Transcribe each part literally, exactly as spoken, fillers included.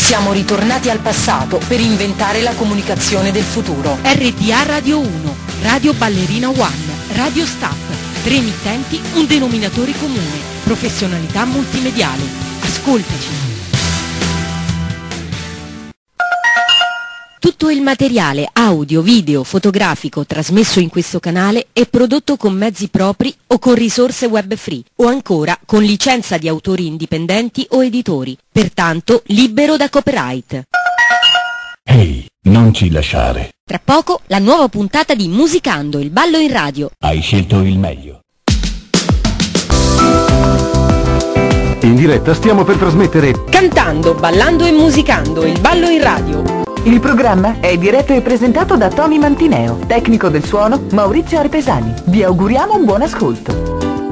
Siamo ritornati al passato per inventare la comunicazione del futuro. R T A Radio uno, Radio Ballerina One, Radio Staff. Tre emittenti, un denominatore comune. Professionalità multimediale. Ascoltaci. Tutto il materiale audio, video, fotografico trasmesso in questo canale è prodotto con mezzi propri o con risorse web free o ancora con licenza di autori indipendenti o editori, pertanto libero da copyright. Ehi, non ci lasciare. Tra poco la nuova puntata di Musicando, il ballo in radio. Hai scelto il meglio. In diretta stiamo per trasmettere Cantando, ballando e musicando, il ballo in radio. Il programma è diretto e presentato da Tony Mantineo, tecnico del suono Maurizio Arpesani. Vi auguriamo un buon ascolto.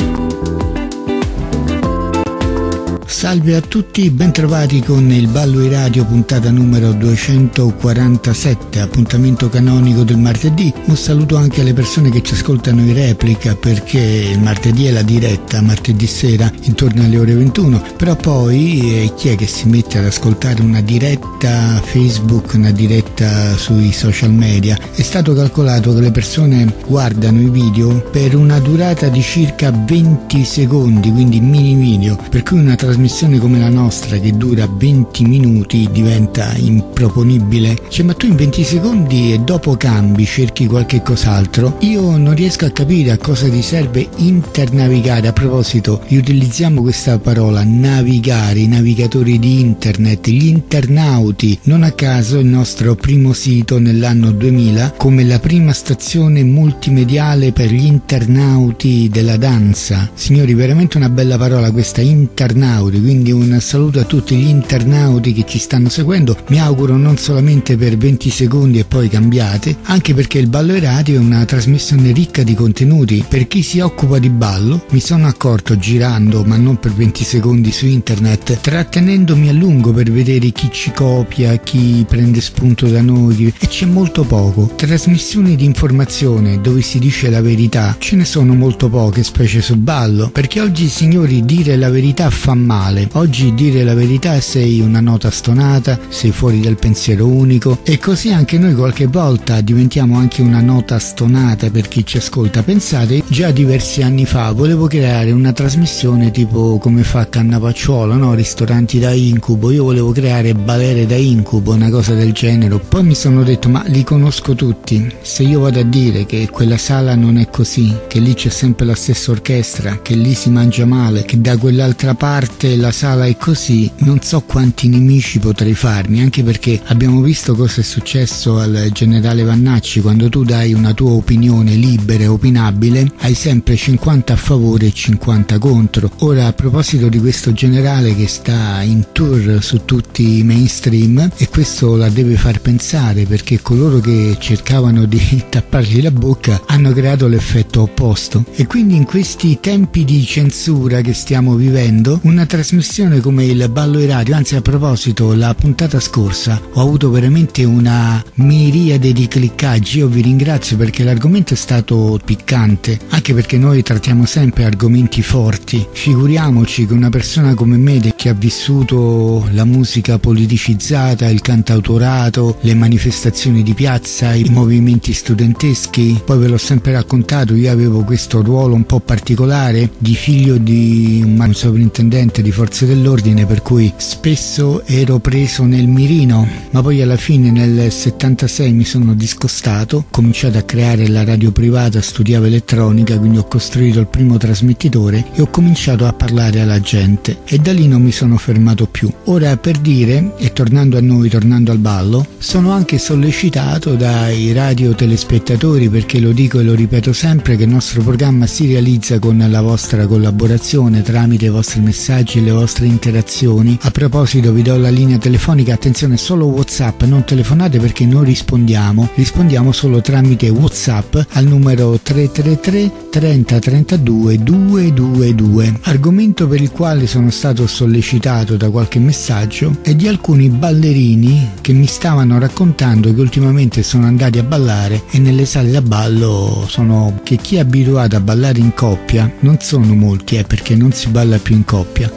Salve a tutti, bentrovati con il Ballo in Radio, puntata numero duecentoquarantasette, appuntamento canonico del martedì. Un saluto anche alle persone che ci ascoltano in replica, perché il martedì è la diretta, martedì sera intorno alle ore ventuno, però poi eh, chi è che si mette ad ascoltare una diretta Facebook, una diretta sui social media? È stato calcolato che le persone guardano i video per una durata di circa venti secondi, quindi mini video, per cui una trasmissione come la nostra che dura venti minuti diventa improponibile. Cioè, ma tu in venti secondi e dopo cambi, cerchi qualche cos'altro. Io non riesco a capire a cosa ti serve internavigare. A proposito, utilizziamo questa parola, navigare, i navigatori di internet, gli internauti. Non a caso il nostro primo sito nell'anno duemila come la prima stazione multimediale per gli internauti della danza. Signori, veramente una bella parola questa, internauti. Quindi un saluto a tutti gli internauti che ci stanno seguendo. Mi auguro non solamente per venti secondi e poi cambiate, anche perché il Ballo in Radio è una trasmissione ricca di contenuti. Per chi si occupa di ballo, mi sono accorto girando, ma non per venti secondi su internet, trattenendomi a lungo per vedere chi ci copia, chi prende spunto da noi, e c'è molto poco. Trasmissioni di informazione dove si dice la verità ce ne sono molto poche, specie su ballo, perché oggi, signori, dire la verità fa male. Oggi dire la verità sei una nota stonata, sei fuori dal pensiero unico, e così anche noi qualche volta diventiamo anche una nota stonata per chi ci ascolta. Pensate, già diversi anni fa volevo creare una trasmissione tipo come fa Cannavacciuolo, no? Ristoranti da incubo. Io volevo creare balere da incubo, una cosa del genere. Poi mi sono detto, ma li conosco tutti, se io vado a dire che quella sala non è così, che lì c'è sempre la stessa orchestra, che lì si mangia male, che da quell'altra parte la sala è così, non so quanti nemici potrei farmi, anche perché abbiamo visto cosa è successo al generale Vannacci. Quando tu dai una tua opinione libera e opinabile, hai sempre cinquanta a favore e cinquanta contro. Ora, a proposito di questo generale che sta in tour su tutti i mainstream, e questo la deve far pensare, perché coloro che cercavano di tappargli la bocca hanno creato l'effetto opposto. E quindi in questi tempi di censura che stiamo vivendo, una trasmissione come il Ballo in Radio, anzi, a proposito, la puntata scorsa ho avuto veramente una miriade di cliccaggi. Io vi ringrazio perché l'argomento è stato piccante, anche perché noi trattiamo sempre argomenti forti. Figuriamoci che una persona come me, che ha vissuto la musica politicizzata, il cantautorato, le manifestazioni di piazza, i movimenti studenteschi, poi ve l'ho sempre raccontato, io avevo questo ruolo un po' particolare di figlio di un sovrintendente di forze dell'ordine, per cui spesso ero preso nel mirino, ma poi alla fine nel settantasei mi sono discostato, ho cominciato a creare la radio privata, studiavo elettronica, quindi ho costruito il primo trasmettitore e ho cominciato a parlare alla gente, e da lì non mi sono fermato più. Ora, per dire, e tornando a noi, tornando al ballo, sono anche sollecitato dai radio telespettatori, perché lo dico e lo ripeto sempre, che il nostro programma si realizza con la vostra collaborazione tramite i vostri messaggi, le vostre interazioni. A proposito, vi do la linea telefonica, attenzione, solo WhatsApp, non telefonate perché non rispondiamo, rispondiamo solo tramite WhatsApp al numero tre tre tre trenta trentadue duecentoventidue. Argomento per il quale sono stato sollecitato da qualche messaggio è di alcuni ballerini che mi stavano raccontando che ultimamente sono andati a ballare, e nelle sale da ballo sono che chi è abituato a ballare in coppia, non sono molti, eh, perché non si balla più in coppia,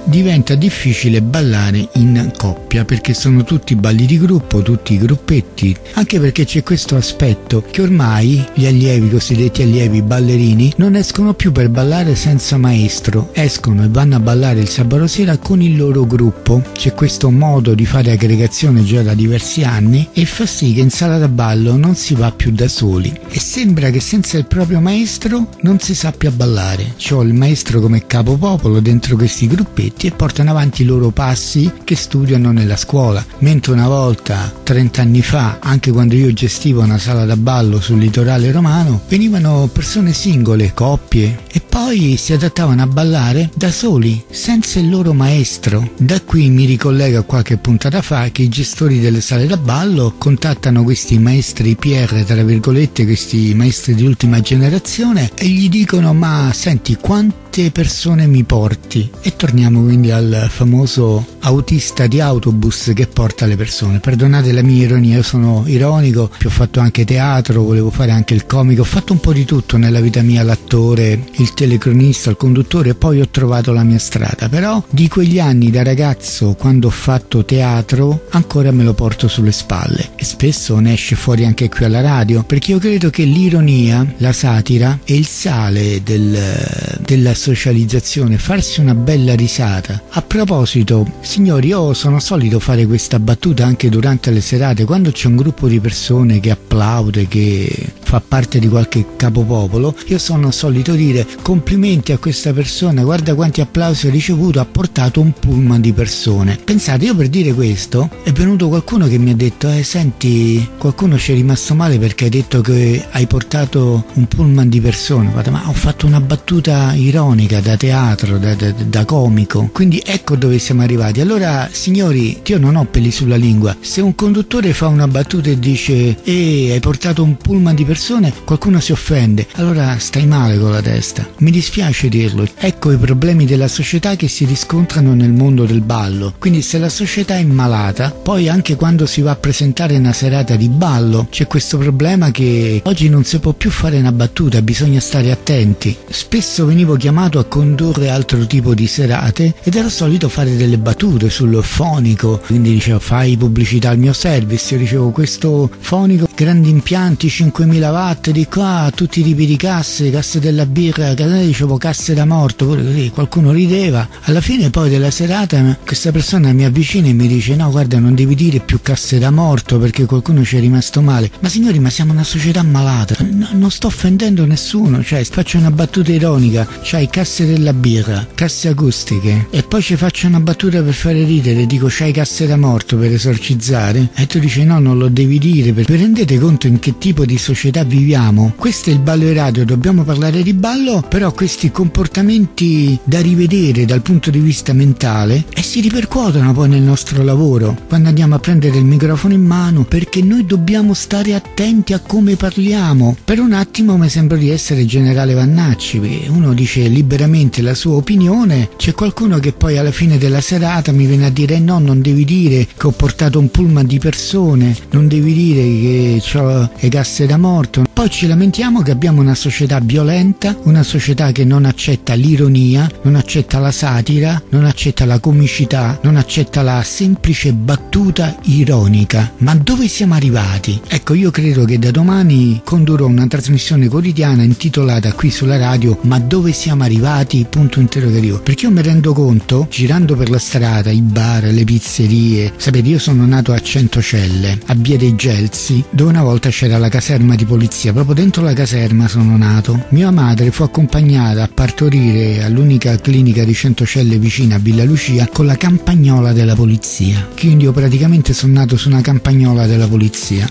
diventa difficile ballare in coppia, perché sono tutti balli di gruppo, tutti gruppetti, anche perché c'è questo aspetto che ormai gli allievi, i cosiddetti allievi ballerini, non escono più per ballare senza maestro, escono e vanno a ballare il sabato sera con il loro gruppo. C'è questo modo di fare aggregazione già da diversi anni e fa sì che in sala da ballo non si va più da soli e sembra che senza il proprio maestro non si sappia ballare. C'ho il maestro come capopopolo dentro questi gruppetti e portano avanti i loro passi che studiano nella scuola, mentre una volta, trenta anni fa, anche quando io gestivo una sala da ballo sul litorale romano, venivano persone singole, coppie, e poi si adattavano a ballare da soli, senza il loro maestro. Da qui mi ricollego a qualche puntata fa che i gestori delle sale da ballo contattano questi maestri P R, tra virgolette, questi maestri di ultima generazione, e gli dicono: ma senti, quante persone mi porti? E torniamo quindi al famoso autista di autobus che porta le persone. Perdonate la mia ironia, io sono ironico, ho fatto anche teatro, volevo fare anche il comico, ho fatto un po' di tutto nella vita mia, l'attore, il telecronista, il conduttore, e poi ho trovato la mia strada. Però di quegli anni da ragazzo, quando ho fatto teatro, ancora me lo porto sulle spalle e spesso ne esce fuori anche qui alla radio, perché io credo che l'ironia, la satira è il sale del, della socializzazione, farsi una bella risata. A proposito, signori, io sono solito fare questa battuta anche durante le serate, quando c'è un gruppo di persone che applaude, che fa parte di qualche capopopolo, io sono solito dire: complimenti a questa persona, guarda quanti applausi ha ricevuto, ha portato un pullman di persone. Pensate, io per dire questo è venuto qualcuno che mi ha detto: eh senti, qualcuno ci è rimasto male perché hai detto che hai portato un pullman di persone. Guarda, ma ho fatto una battuta ironica da teatro, da, da, da comico, quindi ecco dove siamo arrivati. Allora, signori, io non ho peli sulla lingua. Se un conduttore fa una battuta e dice: eh, hai portato un pullman di persone, qualcuno si offende, allora stai male con la testa. Mi dispiace dirlo. Ecco i problemi della società che si riscontrano nel mondo del ballo. Quindi se la società è malata, poi anche quando si va a presentare una serata di ballo c'è questo problema che oggi non si può più fare una battuta, bisogna stare attenti. Spesso venivo chiamato a condurre altro tipo di serate ed ero solito fare delle battute sul fonico, quindi dicevo: fai pubblicità al mio service. Io dicevo: questo fonico, grandi impianti, cinquemila watt di qua, tutti i tipi di casse, casse della birra, dicevo casse da morto, pure così, qualcuno rideva. Alla fine poi della serata questa persona mi avvicina e mi dice: no, guarda, non devi dire più casse da morto perché qualcuno ci è rimasto male. Ma signori, ma siamo una società malata, no, non sto offendendo nessuno, cioè faccio una battuta ironica, c'hai casse della birra, casse acustiche, e poi ci faccio una battuta per fare ridere, dico: c'hai casse da morto per esorcizzare? E tu dici: no, non lo devi dire. Vi rendete conto in che tipo di società viviamo? Questo è il Ballo Radio, dobbiamo parlare di ballo, però questi comportamenti da rivedere dal punto di vista mentale e si ripercuotono poi nel nostro lavoro, quando andiamo a prendere il microfono in mano, perché noi dobbiamo stare attenti a come parliamo. Per un attimo mi sembra di essere generale Vannacci, perché uno dice liberamente la sua opinione, c'è qualcuno che poi alla fine della serata mi viene a dire: no, non devi dire che ho portato un pullman di persone, non devi dire che ho le casse da morto. Poi ci lamentiamo che abbiamo una società violenta, una società che non accetta l'ironia, non accetta la satira, non accetta la comicità, non accetta la semplice battuta ironica. Ma dove siamo arrivati? Ecco, io credo che da domani condurrò una trasmissione quotidiana intitolata qui sulla radio: ma dove siamo arrivati? Punto interrogativo. Perché io mi rendo conto, girando per la strada, i bar, le pizzerie, sapete, io sono nato a Centocelle, a Via dei Gelsi, dove una volta c'era la caserma di polizia. Proprio dentro la caserma sono nato. Mia madre fu accompagnata a partorire all'unica clinica di Centocelle vicina a Villa Lucia con la campagnola della polizia. Quindi io praticamente sono nato su una campagnola della polizia,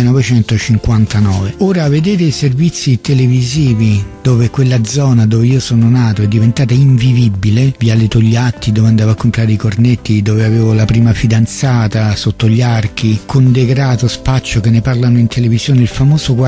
millenovecentocinquantanove. Ora vedete i servizi televisivi dove quella zona dove io sono nato è diventata invivibile, Viale Togliatti, dove andavo a comprare i cornetti, dove avevo la prima fidanzata sotto gli archi, con Degrato, Spaccio che ne parlano in televisione, il famoso Quarticciolo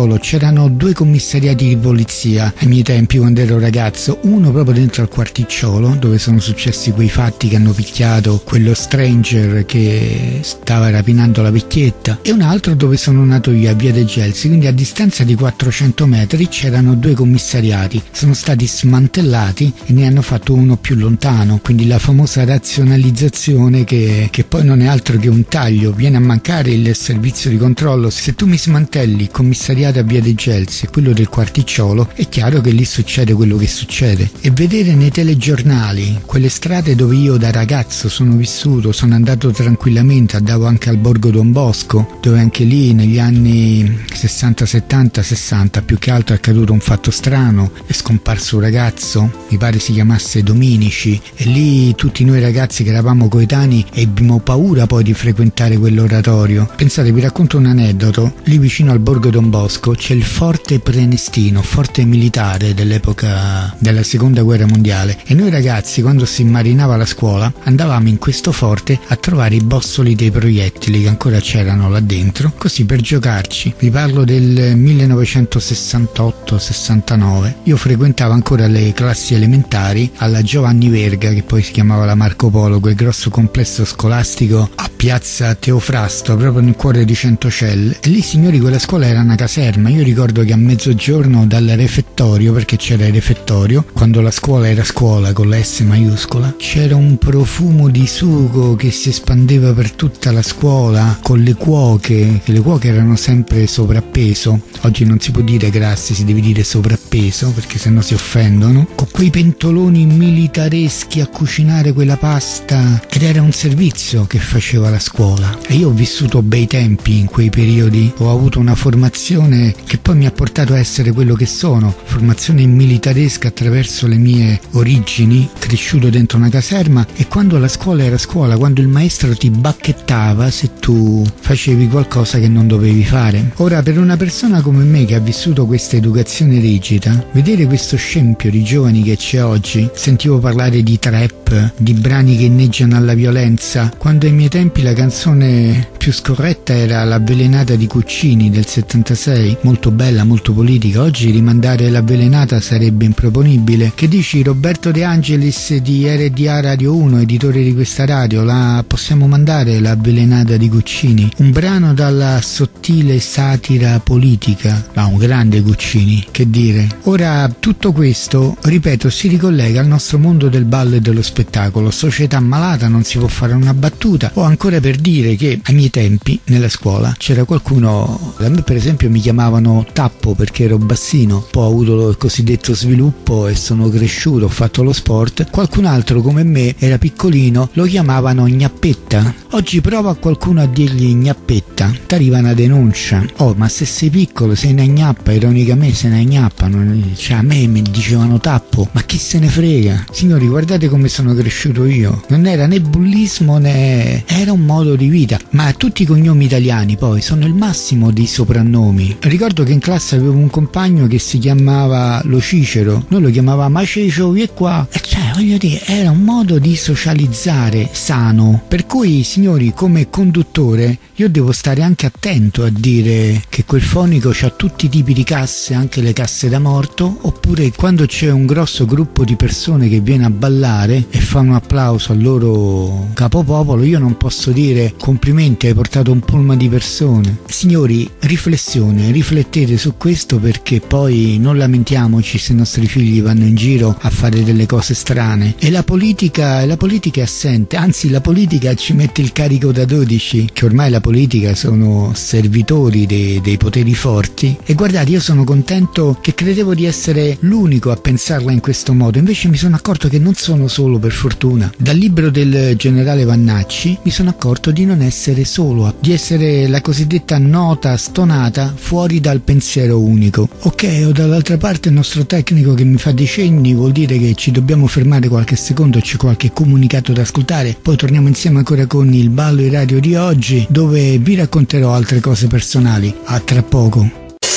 Quarticciolo c'erano due commissariati di polizia ai miei tempi quando ero ragazzo, uno proprio dentro al Quarticciolo dove sono successi quei fatti che hanno picchiato quello stranger che stava rapinando la vecchietta, e un altro dove sono nato io, a Via dei Gelsi, quindi a distanza di quattrocento metri c'erano due commissariati, sono stati smantellati e ne hanno fatto uno più lontano, quindi la famosa razionalizzazione che, che poi non è altro che un taglio, viene a mancare il servizio di controllo. Se tu mi smantelli il commissariato a Via dei Gelsi e quello del Quarticciolo, è chiaro che lì succede quello che succede. E vedere nei telegiornali quelle strade dove io da ragazzo sono vissuto, sono andato tranquillamente, andavo anche al Borgo Don Bosco, dove anche lì negli anni sessanta, settanta, sessanta più che altro è accaduto un fatto strano, è scomparso un ragazzo, mi pare si chiamasse Dominici, e lì tutti noi ragazzi che eravamo coetanei ebbimo paura poi di frequentare quell'oratorio. Pensate, vi racconto un aneddoto: lì vicino al Borgo Don Bosco c'è il forte Prenestino, forte militare dell'epoca della seconda guerra mondiale, e noi ragazzi quando si marinava la scuola andavamo in questo forte a trovare i bossoli dei proiettili che ancora c'erano là dentro, così per giocarci. Vi parlo del millenovecentosessantotto sessantanove, io frequentavo ancora le classi elementari alla Giovanni Verga, che poi si chiamava la Marco Polo, quel grosso complesso scolastico a piazza Teofrasto, proprio nel cuore di Centocelle. E lì, signori, quella scuola era una caserma. Io ricordo che a mezzogiorno dal refettorio, perché c'era il refettorio, quando la scuola era scuola con la S maiuscola, c'era un profumo di sugo che si espandeva per tutta la scuola, con le cuoche, che le cuoche erano sempre sovrappeso. Oggi non si può dire grassi, si deve dire sovrappeso, perché sennò si offendono, con quei pentoloni militareschi a cucinare quella pasta, ed era un servizio che faceva la scuola. E io ho vissuto bei tempi in quei periodi, ho avuto una formazione che poi mi ha portato a essere quello che sono, formazione militaresca attraverso le mie origini, cresciuto dentro una caserma. E quando la scuola era scuola, quando il maestro ti bacchettava se tu facevi qualcosa che non dovevi fare. Ora, per una persona come me che ha vissuto questa educazione rigida, vedere questo scempio di giovani che c'è oggi, sentivo parlare di trap, di brani che inneggiano alla violenza, quando ai miei tempi la canzone più scorretta era L'avvelenata di Cuccini del settantasei, molto bella, molto politica. Oggi rimandare L'avvelenata sarebbe improponibile. Che dici, Roberto De Angelis di R D A Radio uno, editore di questa radio, la possiamo mandare L'avvelenata di Cuccini, un brano dalla sottile satira politica, ma un grande Cuccini, che dire. Ora, tutto questo, ripeto, si ricollega al nostro mondo del ballo e dello spettacolo, società malata, non si può fare una battuta. O ancora per dire che ai miei tempi nella scuola c'era qualcuno, a me per esempio mi chiamavano Tappo perché ero bassino, poi ho avuto il cosiddetto sviluppo e sono cresciuto, ho fatto lo sport. Qualcun altro come me era piccolino, lo chiamavano Gnappetta. Oggi prova a qualcuno a dirgli Gnappetta, t'arriva una denuncia. Oh, ma se sei piccolo sei una gnappa, ironicamente sei una gnappa, non... cioè a me mi dicevano Tappo, ma chi se ne frega. Signori, guardate come sono cresciuto io, non era né bullismo né... era un modo di vita. Ma tutti i cognomi italiani poi sono il massimo dei soprannomi. Ricordo che in classe avevo un compagno che si chiamava Lo Cicero, noi lo chiamavamo Macecio, vie qua, e cioè voglio dire, era un modo di socializzare sano. Per cui, signori, come conduttore io devo stare anche attento a dire che quel fonico c'ha tutti i tipi di casse, anche le casse da morto, oppure quando c'è un grosso gruppo di persone che viene a ballare e fa un applauso al loro capopopolo, io non posso dire complimenti, hai portato un pullman di persone. Signori, riflessione, riflettete su questo, perché poi non lamentiamoci se i nostri figli vanno in giro a fare delle cose strane. E la politica, la politica è assente, anzi la politica ci mette il carico da dodici, che ormai la politica sono servitori dei, dei poteri forti. E guardate, io sono contento, che credevo di essere l'unico a pensarla in questo modo, invece mi sono accorto che non sono solo, per fortuna. Dal libro del generale Vannacci mi sono accorto di non essere solo, di essere la cosiddetta nota stonata fuori dal pensiero unico. Ok, ho dall'altra parte il nostro tecnico che mi fa dei cenni, vuol dire che ci dobbiamo fermare qualche secondo, c'è qualche comunicato da ascoltare, poi torniamo insieme ancora con il Ballo in Radio di oggi, dove vi racconterò altre cose personali. A tra poco.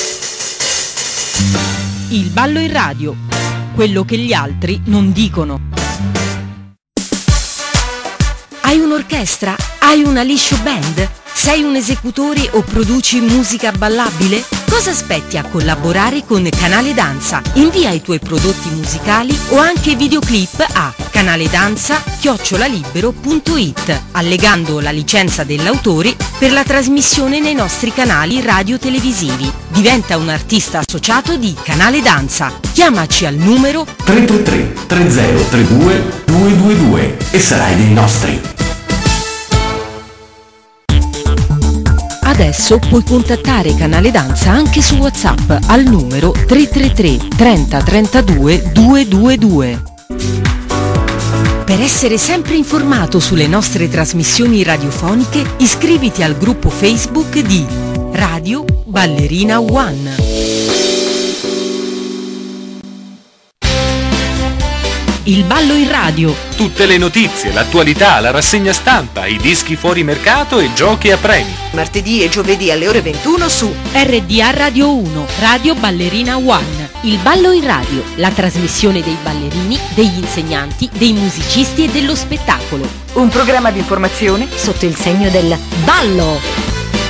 Il Ballo in Radio, quello che gli altri non dicono. Hai un'orchestra? Hai una liscio band? Sei un esecutore o produci musica ballabile? Cosa aspetti a collaborare con Canale Danza? Invia i tuoi prodotti musicali o anche videoclip a canaledanza chiocciolalibero punto it, allegando la licenza dell'autore per la trasmissione nei nostri canali radio-televisivi. Diventa un artista associato di Canale Danza. Chiamaci al numero tre tre tre tre zero tre due due due due e sarai dei nostri. Adesso puoi contattare Canale Danza anche su WhatsApp al numero tre tre tre trenta trentadue duecentoventidue. Per essere sempre informato sulle nostre trasmissioni radiofoniche, iscriviti al gruppo Facebook di Radio Ballerina One. Il ballo in radio. Tutte le notizie, l'attualità, la rassegna stampa, i dischi fuori mercato e giochi a premi. Martedì e giovedì alle ore ventuno su R D A Radio uno, Radio Ballerina One. Il ballo in radio, la trasmissione dei ballerini, degli insegnanti, dei musicisti e dello spettacolo. Un programma di informazione Sotto il segno del ballo.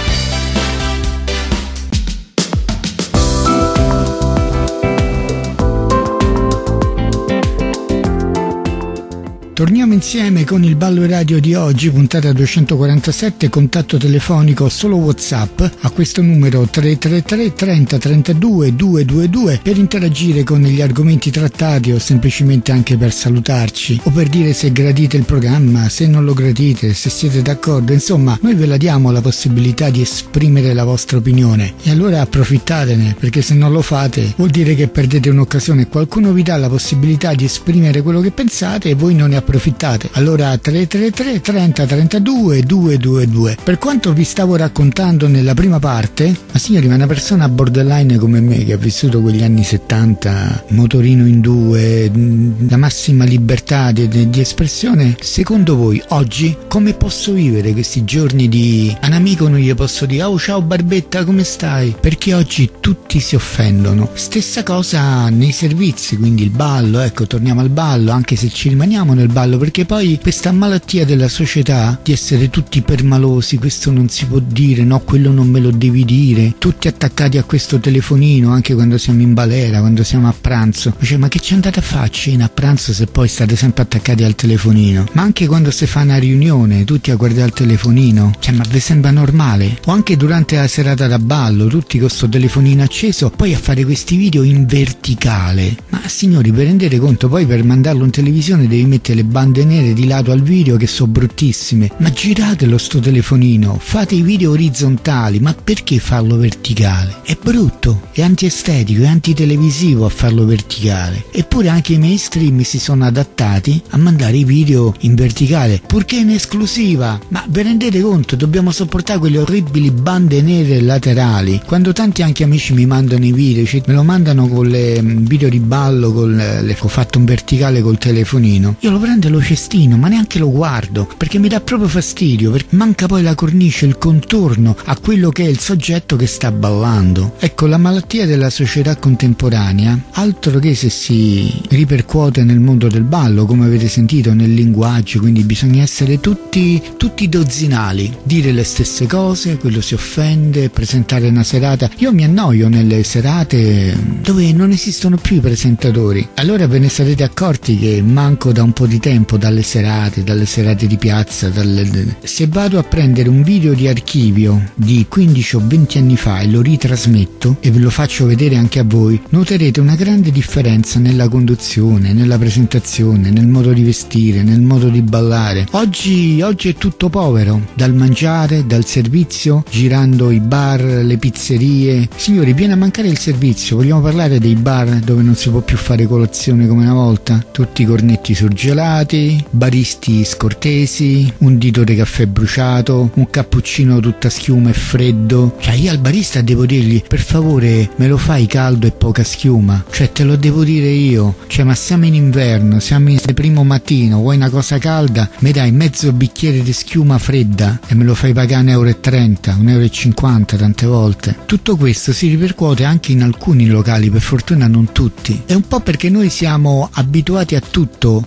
Torniamo insieme con il ballo in radio di oggi, puntata duecentoquarantasette, contatto telefonico solo WhatsApp a questo numero tre tre tre trenta trentadue duecentoventidue per interagire con gli argomenti trattati o semplicemente anche per salutarci o per dire se gradite il programma, se non lo gradite, se siete d'accordo. Insomma, noi ve la diamo la possibilità di esprimere la vostra opinione e allora approfittatene, perché se non lo fate vuol dire che perdete un'occasione. Qualcuno vi dà la possibilità di esprimere quello che pensate e voi non ne approfittate. Allora tre tre tre trenta trentadue duecentoventidue. Per quanto vi stavo raccontando nella prima parte, ma signori, ma una persona borderline come me che ha vissuto quegli anni settanta, motorino in due, la massima libertà di, di, di espressione, secondo voi oggi come posso vivere questi giorni di un amico non gli posso dire oh ciao Barbetta come stai? Perché oggi tutti si offendono. Stessa cosa nei servizi, quindi il ballo, ecco, torniamo al ballo, anche se ci rimaniamo nel ballo, perché poi questa malattia della società di essere tutti permalosi, questo non si può dire, no, quello non me lo devi dire, tutti attaccati a questo telefonino anche quando siamo in balera, quando siamo a pranzo. Dice, ma che ci andate a fare a cena a pranzo se poi state sempre attaccati al telefonino? Ma anche quando si fa una riunione tutti a guardare il telefonino, cioè, ma vi sembra normale? O anche durante la serata da ballo tutti con sto telefonino acceso, poi a fare questi video in verticale. Ma signori, vi rendete conto? Poi per mandarlo in televisione devi mettere le bande nere di lato al video che sono bruttissime. Ma giratelo sto telefonino, fate i video orizzontali, ma perché farlo verticale? È brutto, è antiestetico, è antitelevisivo a farlo verticale. Eppure anche i mainstream si sono adattati a mandare i video in verticale, purché in esclusiva. Ma vi rendete conto? Dobbiamo sopportare quelle orribili bande nere laterali. Quando tanti anche amici mi mandano i video, cioè, me lo mandano con le video di ballo, con le, le, ho fatto un verticale col telefonino, io lo prendo e lo cestino, ma neanche lo guardo, perché mi dà proprio fastidio, perché manca poi la cornice, il contorno a quello che è il soggetto che sta ballando. Ecco, la malattia della società contemporanea, altro che se si ripercuote nel mondo del ballo, come avete sentito, nel linguaggio, quindi bisogna essere tutti, tutti dozzinali, dire le stesse cose, quello si offende, presentare una serata. Io mi annoio nelle serate dove non esistono più i presentatori. Allora ve ne sarete accorti che manco da un po' di tempo dalle serate, dalle serate di piazza, dalle... se vado a prendere un video di archivio di quindici o venti anni fa e lo ritrasmetto e ve lo faccio vedere anche a voi, noterete una grande differenza nella conduzione, nella presentazione, nel modo di vestire, nel modo di ballare. Oggi, oggi è tutto povero, dal mangiare, dal servizio, girando i bar, le pizzerie. Signori, viene a mancare il servizio. Vogliamo parlare dei bar dove non si può più fare colazione come una volta? Tutti i cornetti surgelati, baristi scortesi, un dito di caffè bruciato, un cappuccino tutta schiuma e freddo. Cioè io al barista devo dirgli, per favore me lo fai caldo e poca schiuma, cioè te lo devo dire io, cioè ma siamo in inverno, siamo in primo mattino, vuoi una cosa calda, mi dai mezzo bicchiere di schiuma fredda e me lo fai pagare un euro e trenta, un euro e cinquanta tante volte. Tutto questo si ripercuote anche in alcuni locali, per fortuna non tutti. È un po' perché noi siamo abituati a tutto. Se noi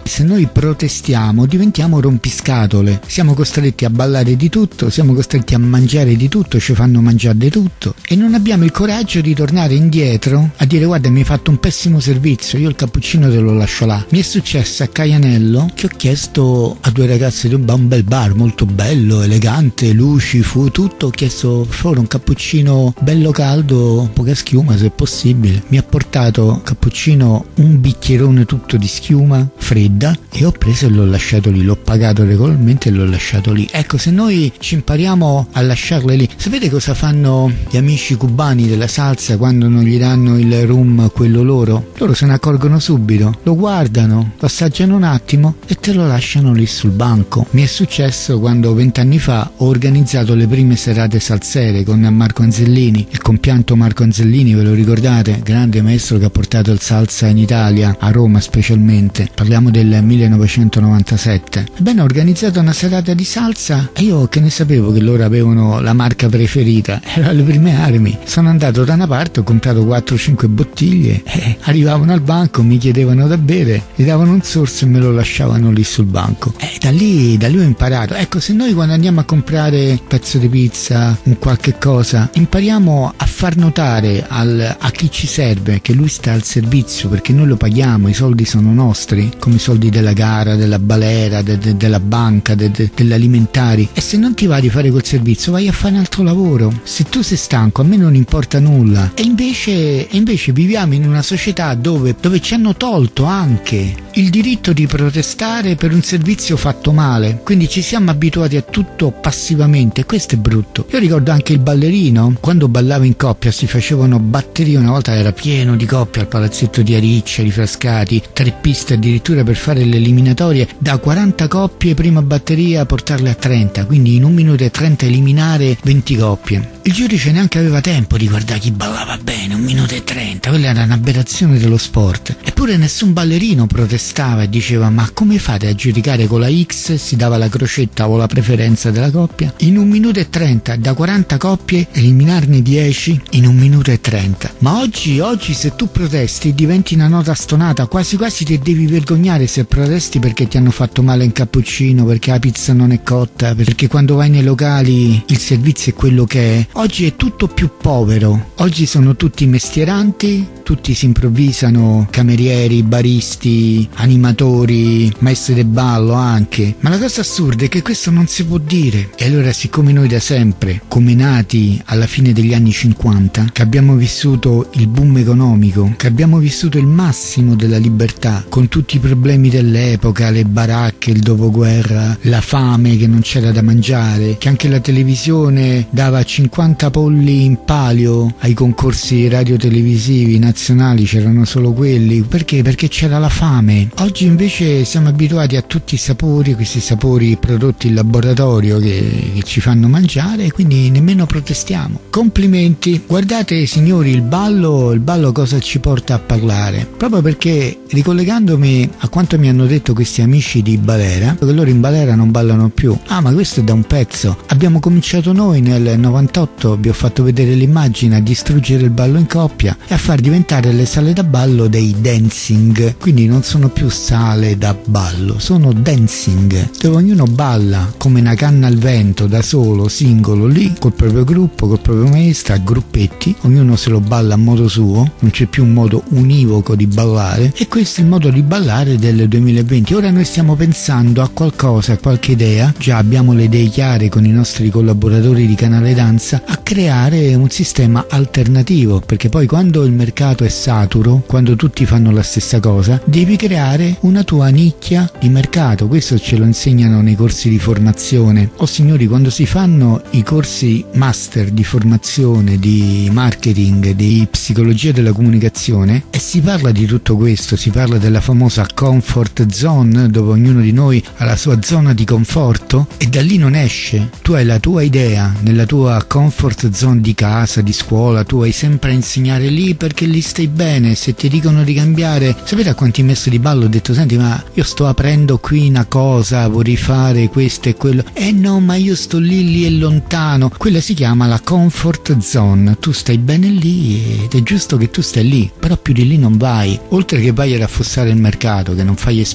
protestiamo diventiamo rompiscatole, siamo costretti a ballare di tutto, siamo costretti a mangiare di tutto, ci fanno mangiare di tutto e non abbiamo il coraggio di tornare indietro a dire guarda mi hai fatto un pessimo servizio, io il cappuccino te lo lascio là. Mi è successo a Caianello che ho chiesto a due ragazze di un bar, un bel bar molto bello, elegante, luci, fu tutto, ho chiesto per favore un cappuccino bello caldo, poca schiuma se possibile. Mi ha portato cappuccino un bicchierone tutto di schiuma fredda e ho preso e l'ho lasciato lì, l'ho pagato regolarmente e l'ho lasciato lì. Ecco, se noi ci impariamo a lasciarle lì, sapete cosa fanno gli amici cubani della salsa quando non gli danno il rum quello loro? Loro se ne accorgono subito, lo guardano, lo assaggiano un attimo e te lo lasciano lì sul banco. Mi è successo quando vent'anni fa ho organizzato le prime serate salsere con Marco Anzellini, il compianto Marco Anzellini, ve lo ricordate? Grande maestro che ha portato il salsa in Italia, a Roma specialmente, parliamo del millenovecentonovantasette. Ebbene, ho organizzato una serata di salsa e io che ne sapevo che loro avevano la marca preferita, erano le prime armi. Sono andato da una parte, ho comprato quattro cinque bottiglie e arrivavano al banco, mi chiedevano da bere, gli davano un sorso e me lo lasciavano lì sul banco. E da lì, da lì ho imparato. Ecco, se noi quando andiamo a comprare un pezzo di pizza, un qualche cosa, impariamo a far notare al, a chi ci serve che lui sta al servizio, perché noi lo paghiamo, i soldi sono nostri, come i soldi della gara, della balera, de, de, della banca, de, de, dell'alimentari. E se non ti va di fare quel servizio, vai a fare un altro lavoro. Se tu sei stanco, a me non importa nulla. E invece, e invece viviamo in una società dove, dove ci hanno tolto anche il diritto di protestare per un servizio fatto male, quindi ci siamo abituati a tutto passivamente e questo è brutto. Io ricordo anche il ballerino, quando ballava in coppia si facevano batterie, una volta era pieno di coppie al palazzetto di Ariccia, di Frascati, tre piste addirittura per fare le eliminatorie, da quaranta coppie prima batteria portarle a trenta, quindi in un minuto e trenta eliminare venti coppie. Il giudice neanche aveva tempo di guardare chi ballava bene, un minuto e trenta, quella era un'aberrazione dello sport. Eppure nessun ballerino protestava e diceva ma come fate a giudicare con la X, si dava la crocetta o la preferenza della coppia, in un minuto e trenta, da quaranta coppie eliminarne dieci in un minuto e trenta. Ma oggi, oggi se tu protesti diventi una nota stonata, quasi quasi ti devi vergognare se protesti perché ti hanno fatto male in cappuccino, perché la pizza non è cotta, perché quando vai nei locali il servizio è quello che è. Oggi è tutto più povero, oggi sono tutti mestieranti, tutti si improvvisano camerieri, baristi, animatori, maestri del ballo anche. Ma la cosa assurda è che questo non si può dire. E allora, siccome noi da sempre, come nati alla fine degli anni cinquanta, che abbiamo vissuto il boom economico, che abbiamo vissuto il massimo della libertà, con tutti i problemi dell'epoca, le baracche, il dopoguerra, la fame che non c'era da mangiare, che anche la televisione dava cinquanta polli in palio ai concorsi radiotelevisivi nazionali, c'erano solo quelli. Perché? Perché c'era la fame. Oggi invece siamo abituati a tutti i sapori, questi sapori prodotti in laboratorio che, che ci fanno mangiare, e quindi nemmeno protestiamo. Complimenti. Guardate signori, il ballo, il ballo cosa ci porta a parlare? Proprio perché, ricollegandomi a quanto mi hanno detto questi amici di Balera, che loro in Balera non ballano più. Ah, ma questo è da un pezzo. Abbiamo cominciato noi nel novantotto, vi ho fatto vedere l'immagine, a distruggere il ballo in coppia e a far diventare le sale da ballo dei dancing. Quindi non sono più sale da ballo, sono dancing, dove ognuno balla come una canna al vento, da solo, singolo, lì, col proprio gruppo, col proprio maestro, a gruppetti, ognuno se lo balla a modo suo, non c'è più un modo univoco di ballare, e questo è il modo di ballare del duemilaventi. Ora noi stiamo pensando a qualcosa, a qualche idea, già abbiamo le idee chiare con i nostri collaboratori di Canale Danza, a creare un sistema alternativo, perché poi quando il mercato è saturo, quando tutti fanno la stessa cosa, devi creare una tua nicchia di mercato. Questo ce lo insegnano nei corsi di formazione. Oh signori, quando si fanno i corsi master di formazione, di marketing, di psicologia della comunicazione, e si parla di tutto questo, si parla della famosa comfort zone, dove ognuno di noi ha la sua zona di conforto e da lì non esce. Tu hai la tua idea nella tua comfort zone di casa, di scuola, tu hai sempre a insegnare lì perché lì stai bene. Se ti dicono di cambiare, sapete a quanti messi di ballo ho detto senti ma io sto aprendo qui una cosa, vorrei fare questo e quello, eh no ma io sto lì, lì è lontano. Quella si chiama la comfort zone, tu stai bene lì ed è giusto che tu stai lì, però più di lì non vai, oltre che vai ad affossare il mercato, che non fai esperienza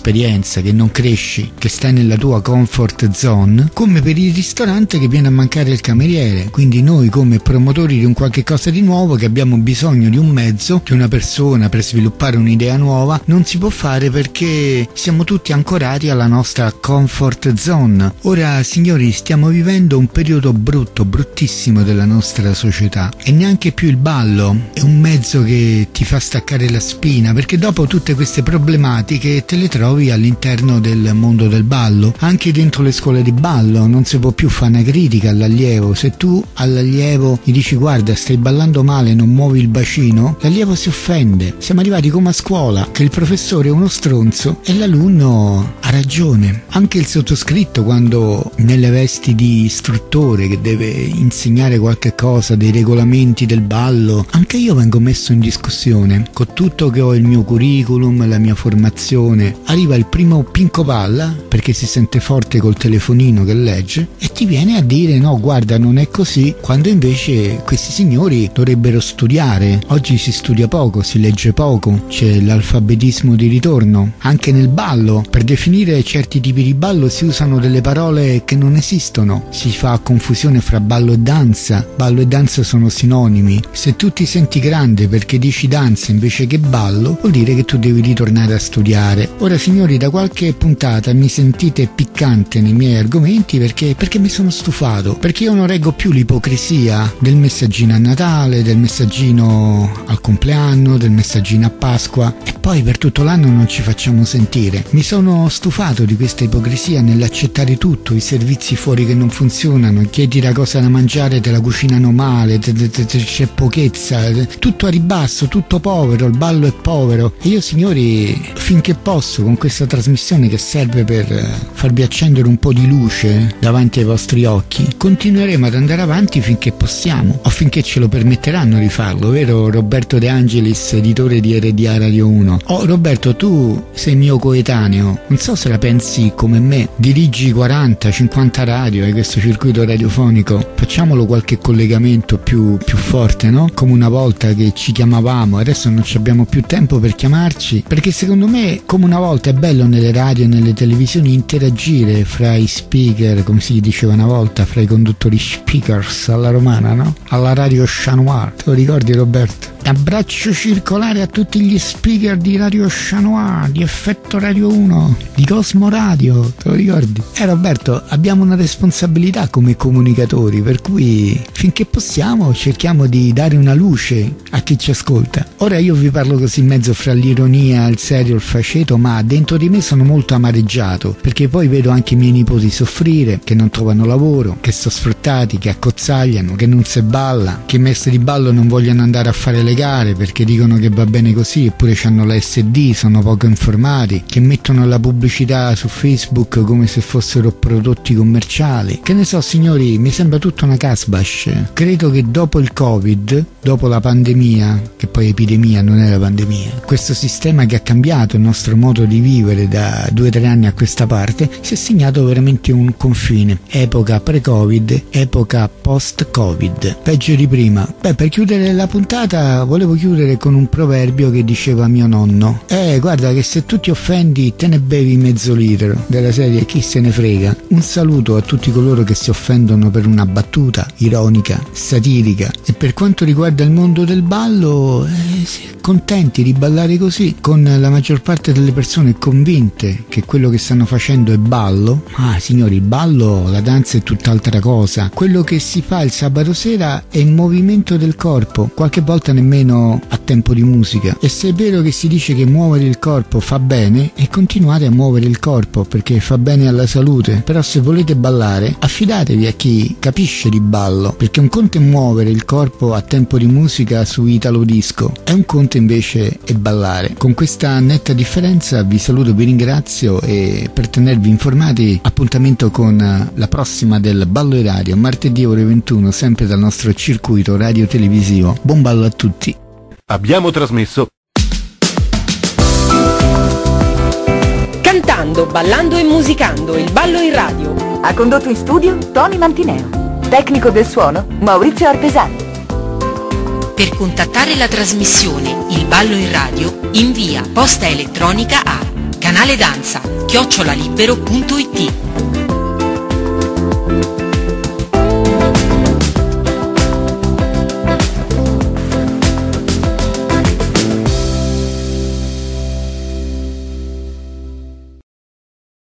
esperienza, che non cresci, che stai nella tua comfort zone, come per il ristorante che viene a mancare il cameriere. Quindi noi come promotori di un qualche cosa di nuovo, che abbiamo bisogno di un mezzo, di una persona per sviluppare un'idea nuova, non si può fare perché siamo tutti ancorati alla nostra comfort zone. Ora signori, stiamo vivendo un periodo brutto, bruttissimo della nostra società, e neanche più il ballo è un mezzo che ti fa staccare la spina, perché dopo tutte queste problematiche te le trovi all'interno del mondo del ballo. Anche dentro le scuole di ballo non si può più fare una critica all'allievo. Se tu all'allievo gli dici guarda stai ballando male, non muovi il bacino, l'allievo si offende. Siamo arrivati come a scuola, che il professore è uno stronzo e l'alunno ha ragione. Anche il sottoscritto, quando nelle vesti di istruttore che deve insegnare qualche cosa dei regolamenti del ballo, anche io vengo messo in discussione. Con tutto che ho il mio curriculum, la mia formazione, arriva il primo pinco palla perché si sente forte col telefonino che legge e ti viene a dire no guarda non è così, quando invece questi signori dovrebbero studiare. Oggi si studia poco, si legge poco, c'è l'alfabetismo di ritorno. Anche nel ballo, per definire certi tipi di ballo si usano delle parole che non esistono, si fa confusione fra ballo e danza. Ballo e danza sono sinonimi. Se tu ti senti grande perché dici danza invece che ballo, vuol dire che tu devi ritornare a studiare. Ora signori, da qualche puntata mi sentite piccante nei miei argomenti perché, perché mi sono stufato, perché io non reggo più l'ipocrisia del messaggino a Natale, del messaggino al compleanno, del messaggino a Pasqua e poi per tutto l'anno non ci facciamo sentire. Mi sono stufato di questa ipocrisia nell'accettare tutto, i servizi fuori che non funzionano, chiedi la cosa da mangiare te la cucinano male, te, te, te, c'è pochezza, tutto a ribasso, tutto povero, il ballo è povero. E io signori, finché posso, con questa trasmissione che serve per farvi accendere un po' di luce davanti ai vostri occhi, continueremo ad andare avanti finché possiamo o finché ce lo permetteranno di farlo, vero Roberto De Angelis, editore di R D A Radio uno? Oh Roberto, tu sei mio coetaneo, non so se la pensi come me, dirigi quaranta cinquanta radio, hai questo circuito radiofonico, facciamolo qualche collegamento più, più forte, no? Come una volta che ci chiamavamo, adesso non abbiamo più tempo per chiamarci, perché secondo me come una volta è bello nelle radio e nelle televisioni interagire fra i speaker, come si diceva una volta, fra i conduttori speakers alla romana, no? Alla radio Chat Noir, te lo ricordi Roberto? Abbraccio circolare a tutti gli speaker di Radio Chat Noir, di Effetto Radio uno, di Cosmo Radio, te lo ricordi? Eh Roberto, abbiamo una responsabilità come comunicatori, per cui finché possiamo cerchiamo di dare una luce a chi ci ascolta. Ora io vi parlo così in mezzo fra l'ironia, il serio, il faceto, ma dentro di me sono molto amareggiato, perché poi vedo anche i miei nipoti soffrire, che non trovano lavoro, che sono sfruttati, che accozzagliano, che non si balla, che i maestri di ballo non vogliono andare a fare le gare perché dicono che va bene così eppure hanno la S D, sono poco informati, che mettono la pubblicità su Facebook come se fossero prodotti commerciali. Che ne so signori, mi sembra tutta una casbash. Credo che dopo il Covid, dopo la pandemia, che poi epidemia non è la pandemia, questo sistema che ha cambiato il nostro modo di vivere da due o tre anni a questa parte, si è segnato veramente un confine, epoca pre-Covid, epoca post-Covid, peggio di prima. Beh, per chiudere la puntata volevo chiudere con un proverbio che diceva mio nonno: eh guarda che se tu ti offendi te ne bevi mezzo litro, della serie chi se ne frega. Un saluto a tutti coloro che si offendono per una battuta ironica, satirica, e per quanto riguarda il mondo del ballo, eh, sì, contenti di ballare così, con la maggior parte delle persone convinte che quello che stanno facendo è ballo. Ma signori, il ballo, la danza è tutt'altra cosa. Quello che si fa il sabato sera è il movimento del corpo, qualche volta nemmeno a tempo di musica. E se è vero che si dice che muovere il corpo fa bene, e continuate a muovere il corpo perché fa bene alla salute, però se volete ballare affidatevi a chi capisce di ballo, perché un conto è muovere il corpo a tempo di musica su Italo Disco e un conto invece è ballare. Con questa netta differenza vi saluto, vi ringrazio, e per tenervi informati appuntamento con la prossima del Ballo e Radio, martedì ore ventuno, sempre dal nostro circuito radio televisivo. Buon ballo a tutti. Abbiamo trasmesso Cantando, ballando e musicando, il ballo in radio. Ha condotto in studio Tony Mantineo. Tecnico del suono Maurizio Arpesani. Per contattare la trasmissione Il Ballo in Radio, invia posta elettronica a Canale Danza, chiocciolalibero punto it.